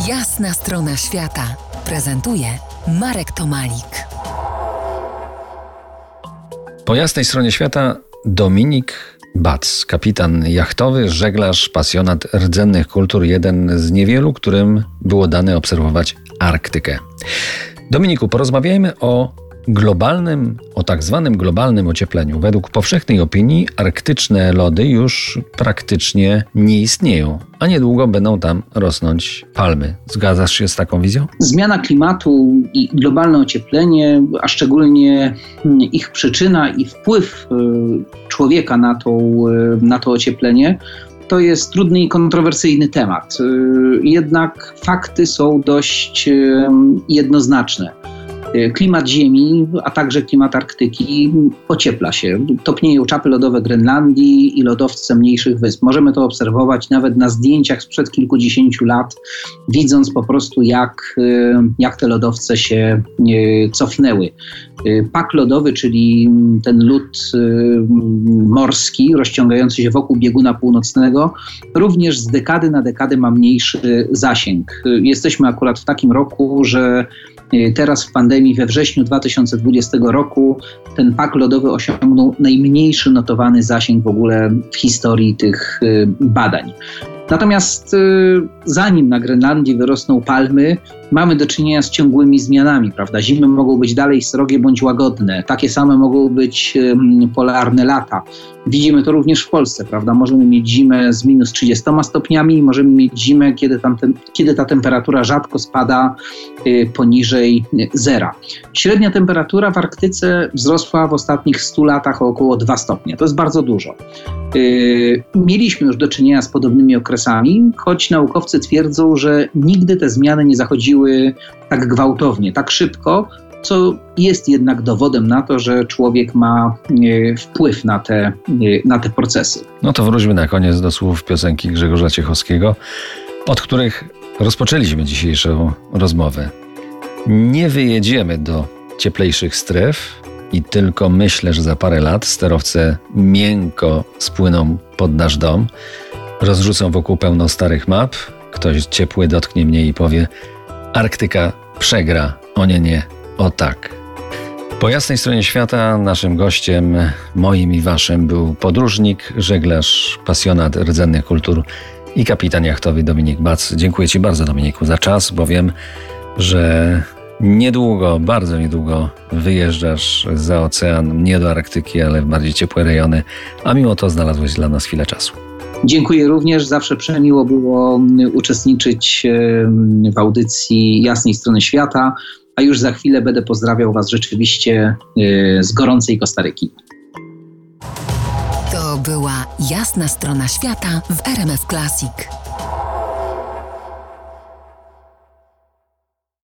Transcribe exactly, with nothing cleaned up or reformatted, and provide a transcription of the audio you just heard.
Jasna strona świata prezentuje Marek Tomalik. Po jasnej stronie świata Dominik Bac, kapitan jachtowy, żeglarz, pasjonat rdzennych kultur, jeden z niewielu, którym było dane obserwować Arktykę. Dominiku, porozmawiajmy o globalnym, o tak zwanym globalnym ociepleniu. Według powszechnej opinii arktyczne lody już praktycznie nie istnieją, a niedługo będą tam rosnąć palmy. Zgadzasz się z taką wizją? Zmiana klimatu i globalne ocieplenie, a szczególnie ich przyczyna i wpływ człowieka na to, na to ocieplenie, to jest trudny i kontrowersyjny temat. Jednak fakty są dość jednoznaczne. Klimat Ziemi, a także klimat Arktyki ociepla się. Topnieją czapy lodowe Grenlandii i lodowce mniejszych wysp. Możemy to obserwować nawet na zdjęciach sprzed kilkudziesięciu lat, widząc po prostu jak, jak te lodowce się cofnęły. Pak lodowy, czyli ten lód morski rozciągający się wokół bieguna północnego, również z dekady na dekadę ma mniejszy zasięg. Jesteśmy akurat w takim roku, że teraz w pandemii we wrześniu dwa tysiące dwudziestego roku ten pak lodowy osiągnął najmniejszy notowany zasięg w ogóle w historii tych badań. Natomiast zanim na Grenlandii wyrosną palmy, mamy do czynienia z ciągłymi zmianami, prawda? Zimy mogą być dalej srogie bądź łagodne. Takie same mogą być polarne lata. Widzimy to również w Polsce, prawda? Możemy mieć zimę z minus trzydziestoma stopniami i możemy mieć zimę, kiedy, tam ten, kiedy ta temperatura rzadko spada y, poniżej zera. Średnia temperatura w Arktyce wzrosła w ostatnich stu latach o około dwa stopnie. To jest bardzo dużo. Y, mieliśmy już do czynienia z podobnymi okresami, choć naukowcy twierdzą, że nigdy te zmiany nie zachodziły tak gwałtownie, tak szybko, co jest jednak dowodem na to, że człowiek ma e, wpływ na te, e, na te procesy. No to wróćmy na koniec do słów piosenki Grzegorza Ciechowskiego, od których rozpoczęliśmy dzisiejszą rozmowę. Nie wyjedziemy do cieplejszych stref i tylko myślę, że za parę lat sterowce miękko spłyną pod nasz dom, rozrzucą wokół pełno starych map, ktoś ciepły dotknie mnie i powie: Arktyka przegra, o nie, nie. O tak. Po jasnej stronie świata naszym gościem, moim i waszym, był podróżnik, żeglarz, pasjonat rdzennych kultur i kapitan jachtowy Dominik Bac. Dziękuję ci bardzo, Dominiku, za czas, bo wiem, że niedługo, bardzo niedługo wyjeżdżasz za ocean, nie do Arktyki, ale w bardziej ciepłe rejony, a mimo to znalazłeś dla nas chwilę czasu. Dziękuję również. Zawsze przemiło było uczestniczyć w audycji Jasnej Strony Świata, a już za chwilę będę pozdrawiał was rzeczywiście z gorącej Kostaryki. To była Jasna Strona Świata w R M F Classic.